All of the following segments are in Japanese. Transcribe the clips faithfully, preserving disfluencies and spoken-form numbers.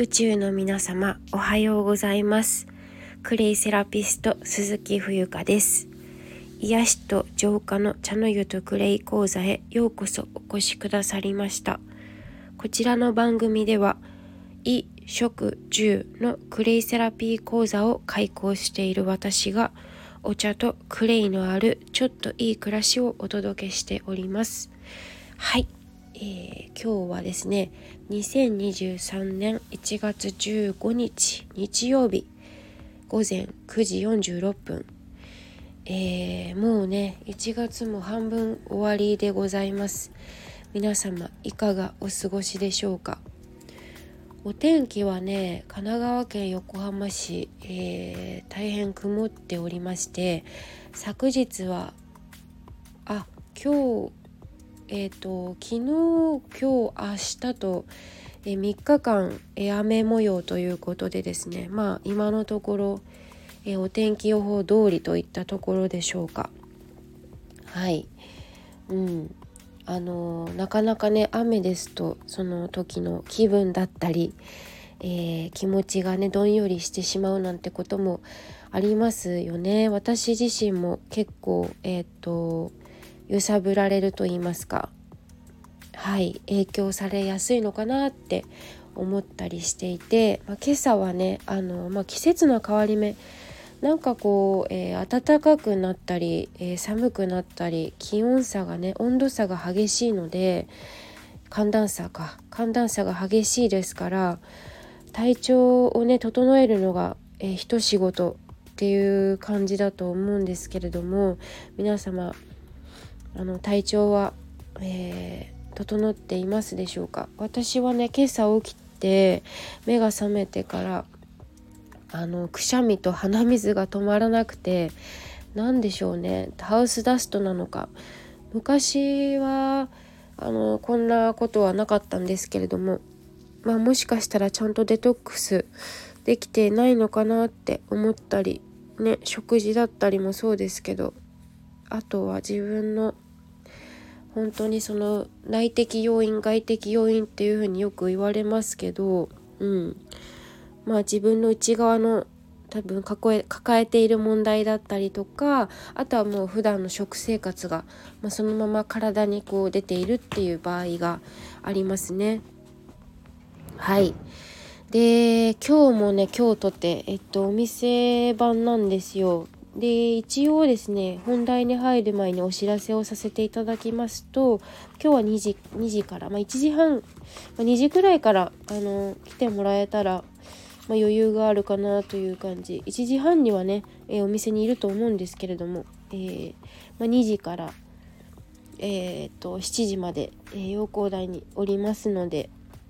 宇宙の皆様、おはようございます。クレイセラピスト鈴木冬香です。癒しと浄化の茶の湯とクレイ講座へようこそお越しくださりました。こちらの番組では衣食住のクレイセラピー講座を開講している私がお茶とクレイのあるちょっといい暮らしをお届けしております。はい、えー、今日はですねにせんにじゅうさんねんいちがつじゅうごにち日曜日ごぜんくじよんじゅうろっぷん、えー、もうねいちがつも半分終わりでございます。皆様いかがお過ごしでしょうか。お天気はね神奈川県横浜市、えー、大変曇っておりまして、昨日はあ今日えっ、ー、と昨日今日明日と、えー、みっかかん、えー、雨模様ということでですね、まあ今のところ、えー、お天気予報通りといったところでしょうか。はい、うんあのー、なかなかね雨ですとその時の気分だったり、えー、気持ちがねどんよりしてしまうなんてこともありますよね。私自身も結構えっ、ー、と揺さぶられると言いますか、はい影響されやすいのかなって思ったりしていて、まあ、今朝はねあの、まあ、季節の変わり目なんかこう、えー、暖かくなったり、えー、寒くなったり気温差がね温度差が激しいので寒暖差か寒暖差が激しいですから体調をね整えるのが、えー、一仕事っていう感じだと思うんですけれども、皆様あの体調は、えー、整っていますでしょうか。私はね今朝起きて目が覚めてからあのくしゃみと鼻水が止まらなくて、なんでしょうねハウスダストなのか、昔はあのこんなことはなかったんですけれども、まあ、もしかしたらちゃんとデトックスできてないのかなって思ったりね、食事だったりもそうですけど、あとは自分の本当にその内的要因外的要因っていう風によく言われますけど、うんまあ自分の内側の多分抱え、抱えている問題だったりとか、あとはもう普段の食生活が、まあ、そのまま体にこう出ているっていう場合がありますね。はいで今日もね今日とてえっとお店番なんですよ。で一応ですね本題に入る前にお知らせをさせていただきますと、今日は2時、2時から、まあ、いちじはん、まあ、にじくらいからあの来てもらえたら、まあ、余裕があるかなという感じ。いちじはんにはね、えー、お店にいると思うんですけれども、えーまあ、にじから、えー、っとしちじまで、えー、陽光台におりますので、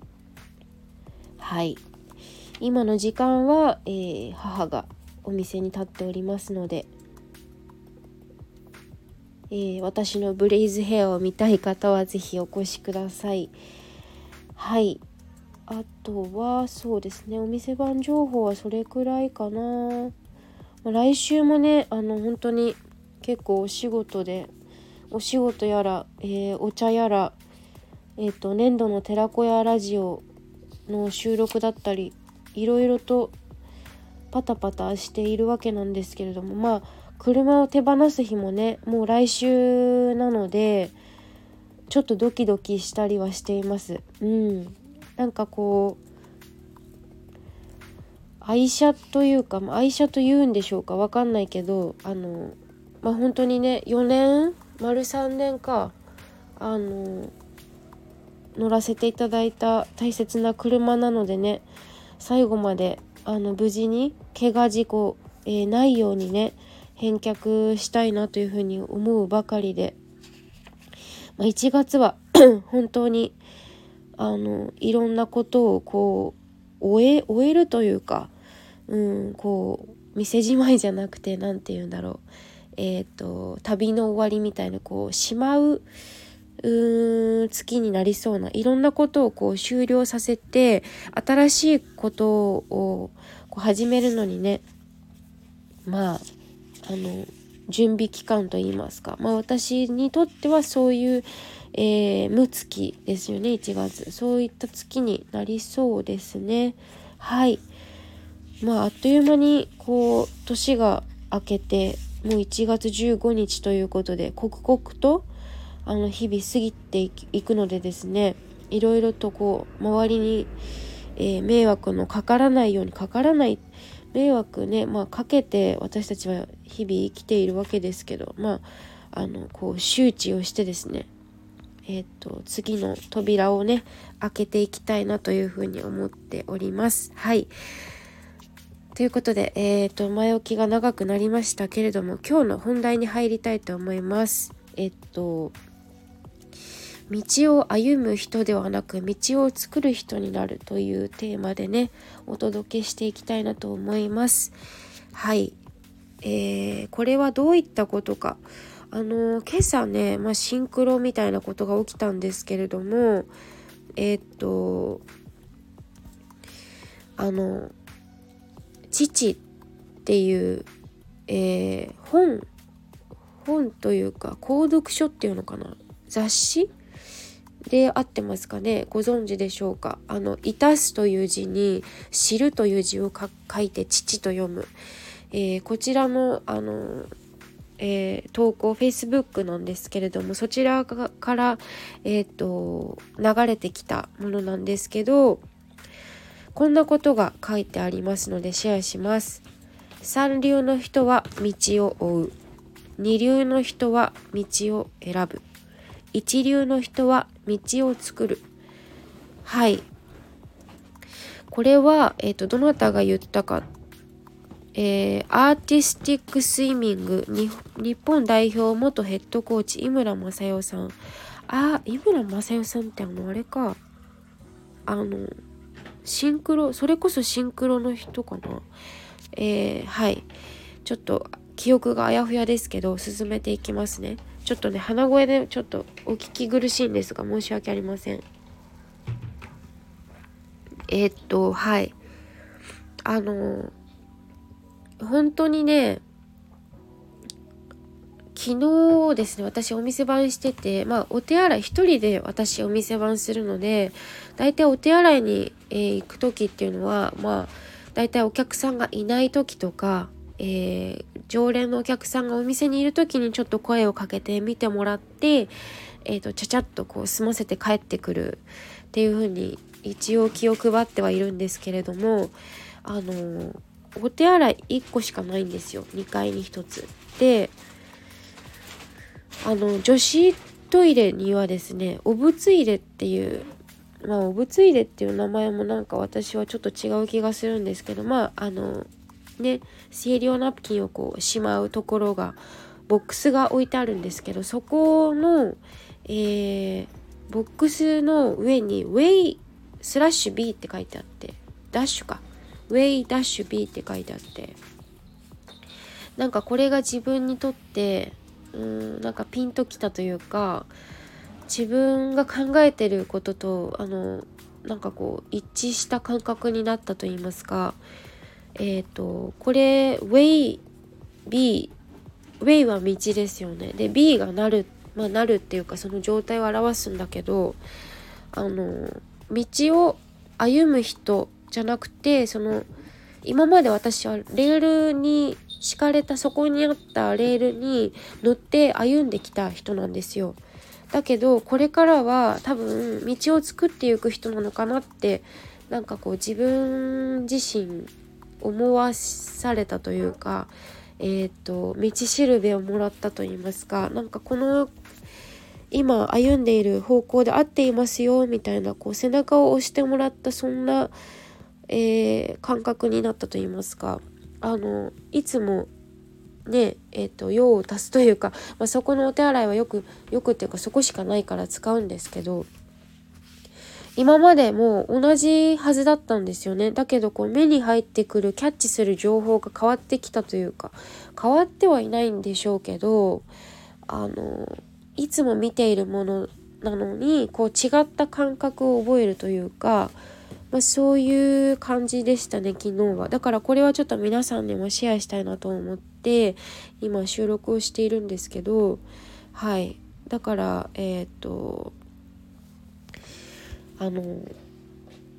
はい今の時間は、えー、母がお店に立っておりますので、えー、私のブレイズヘアを見たい方はぜひお越しください。はいあとはそうですねお店番情報はそれくらいかな、まあ、来週もねあの本当に結構お仕事でお仕事やら、えー、お茶やら、えーと、粘土の寺子屋ラジオの収録だったりいろいろとパタパタしているわけなんですけれども、まあ車を手放す日もねもう来週なのでちょっとドキドキしたりはしています。うんなんかこう愛車というか愛車と言うんでしょうかわかんないけど、あのまあ本当にねよねん丸さんねんかあの乗らせていただいた大切な車なのでね、最後まであの無事に怪我事故、えー、ないようにね返却したいなというふうに思うばかりで、まあ、いちがつは本当にあのいろんなことをこう終え終えるというか、うん、こう店じまいじゃなくてなんて言うんだろう、えっと旅の終わりみたいなこうしまううーん月になりそうないろんなことをこう終了させて新しいことをこう始めるのにね、まああの準備期間といいますか、まあ私にとってはそういう、えー、無月ですよね。いちがつそういった月になりそうですね。 はい、まああっという間にこう年が明けて、もういちがつじゅうごにちということで刻々とあの日々過ぎていくのでですね、いろいろとこう周りに、えー、迷惑のかからないようにかからない迷惑ね、まあかけて私たちは日々生きているわけですけど、まああのこう周知をしてですね、えー、と次の扉をね開けていきたいなというふうに思っております。はい、ということで、えー、と前置きが長くなりましたけれども、今日の本題に入りたいと思います。えっと道を歩む人ではなく道を作る人になるというテーマでねお届けしていきたいなと思います。はい、えー、これはどういったことか、あの今朝ね、まあ、シンクロみたいなことが起きたんですけれども、えー、っとあの父っていう、えー、本本というか購読書っていうのかな、雑誌で合ってますかね、ご存知でしょうか。あのいたすという字に知るという字を書いて父と読む、えー、こちらのあの、えー、投稿 Facebook なんですけれども、そちらから、えー、と流れてきたものなんですけど、こんなことが書いてありますのでシェアします。三流の人は道を追う、二流の人は道を選ぶ、一流の人は道を作る。はい、これは、えー、とどなたが言ったか、えー、アーティスティックスイミングに日本代表元ヘッドコーチ井村雅代さん。あ井村雅代さんってあのあれか、あのシンクロ、それこそシンクロの人かな。えー、はいちょっと記憶があやふやですけど進めていきますね。ちょっとね鼻声でちょっとお聞き苦しいんですが申し訳ありません。えー、っとはいあの本当にね、昨日ですね私お店番してて、まあお手洗い一人で私お店番するので、だいたいお手洗いに、えー行く時っていうのはまあだいたいお客さんがいない時とか、えー常連のお客さんがお店にいる時にちょっと声をかけて見てもらって、えーとちゃちゃっとこう済ませて帰ってくるっていう風に一応気を配ってはいるんですけれども、あのーお手洗いいっこしかないんですよ、にかいにひとつで、あの女子トイレにはですねおぶつ入れっていう、まあおぶつ入れっていう名前もなんか私はちょっと違う気がするんですけど、まああのね生理用ナプキンをこうしまうところがボックスが置いてあるんですけど、そこの、えー、ボックスの上にウェイスラッシュ B って書いてあって、ダッシュかウェイダッシュ B って書いてあって、なんかこれが自分にとってうーんなんかピンときたというか、自分が考えてることとあのなんかこう一致した感覚になったと言いますか、えっとこれウェイ B ウェイは道ですよね。で B がなる、まあなるっていうかその状態を表すんだけど、あの道を歩む人じゃなくて、その今まで私はレールに敷かれた、そこにあったレールに乗って歩んできた人なんですよ。だけどこれからは多分道を作っていく人なのかなって、なんかこう自分自身思わされたというか、えっと道しるべをもらったと言いますか、なんかこの今歩んでいる方向で合っていますよみたいな、こう背中を押してもらった、そんな、えー、感覚になったと言いますか、あのいつもねえー、と用を足すというか、まあ、そこのお手洗いはよくよくっていうかそこしかないから使うんですけど、今までも同じはずだったんですよね。だけどこう目に入ってくるキャッチする情報が変わってきたというか、変わってはいないんでしょうけど、あのいつも見ているものなのにこう違った感覚を覚えるというか、まあ、そういう感じでしたね昨日は。だからこれはちょっと皆さんにもシェアしたいなと思って今収録をしているんですけど、はいだからえっとあの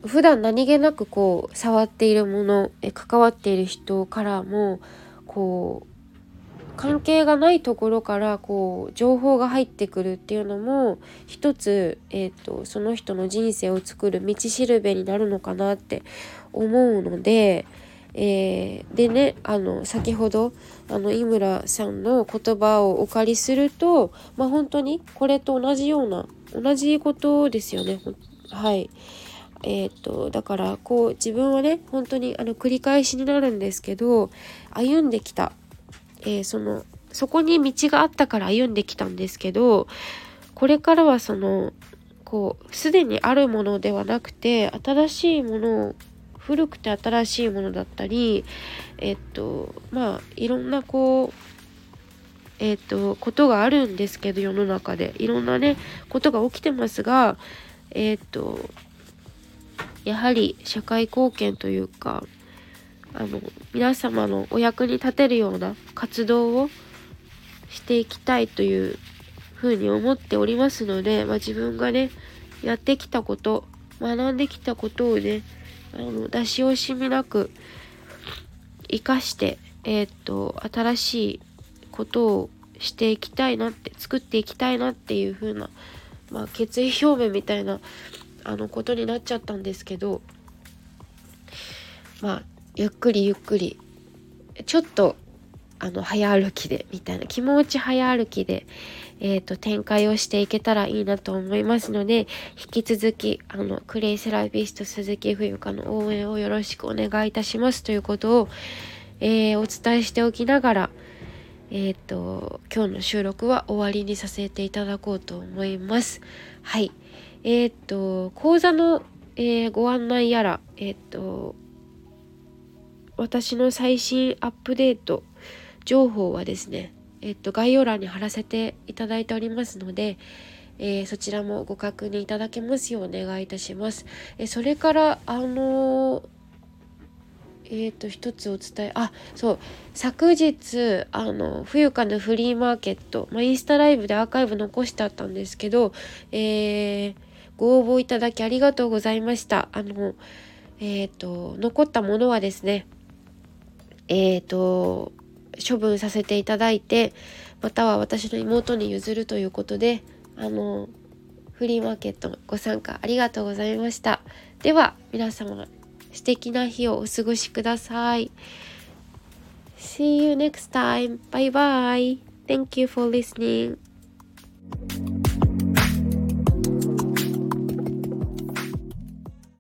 普段何気なくこう触っているもの、え関わっている人からもこう関係がないところからこう情報が入ってくるっていうのも一つ、えーと、その人の人生を作る道しるべになるのかなって思うので、えー、でねあの先ほどあの井村さんの言葉をお借りすると、まあ、本当にこれと同じような同じことですよね。はい。えー、とだからこう自分はね本当にあの繰り返しになるんですけど歩んできた、えー、そのそこに道があったから歩んできたんですけど、これからはそのこうすでにあるものではなくて新しいものを古くて新しいものだったり、えっ、とまあいろんなこうえっ、とことがあるんですけど、世の中でいろんなねことが起きてますが、えっ、とやはり社会貢献というかあの皆様のお役に立てるような活動をしていきたいというふうに思っておりますので、まあ、自分がねやってきたこと学んできたことをねあの出し惜しみなく生かしてえー、っと新しいことをしていきたいなって作っていきたいなっていう風な、まあ、決意表明みたいなあのことになっちゃったんですけど、まあゆっくりゆっくりちょっとあの早歩きでみたいな気持ち早歩きで、えー、と展開をしていけたらいいなと思いますので、引き続きあのクレイセラピスト鈴木冬香の応援をよろしくお願いいたしますということを、えー、お伝えしておきながら、えー、と今日の収録は終わりにさせていただこうと思います。はい。えっ、ー、と講座の、えー、ご案内やら、えっ、ー、と私の最新アップデート情報はですね、えっと、概要欄に貼らせていただいておりますので、えー、そちらもご確認いただけますようお願いいたします。えー、それからあのー、えーと一つお伝えあそう昨日あの冬香のフリーマーケット、まあ、インスタライブでアーカイブ残してあったんですけど、えー、ご応募いただきありがとうございました。あのえーと残ったものはですねえーと処分させていただいて、または私の妹に譲るということで、あのフリーマーケットご参加ありがとうございました。では皆様素敵な日をお過ごしください。 See you next time. Bye bye. Thank you for listening.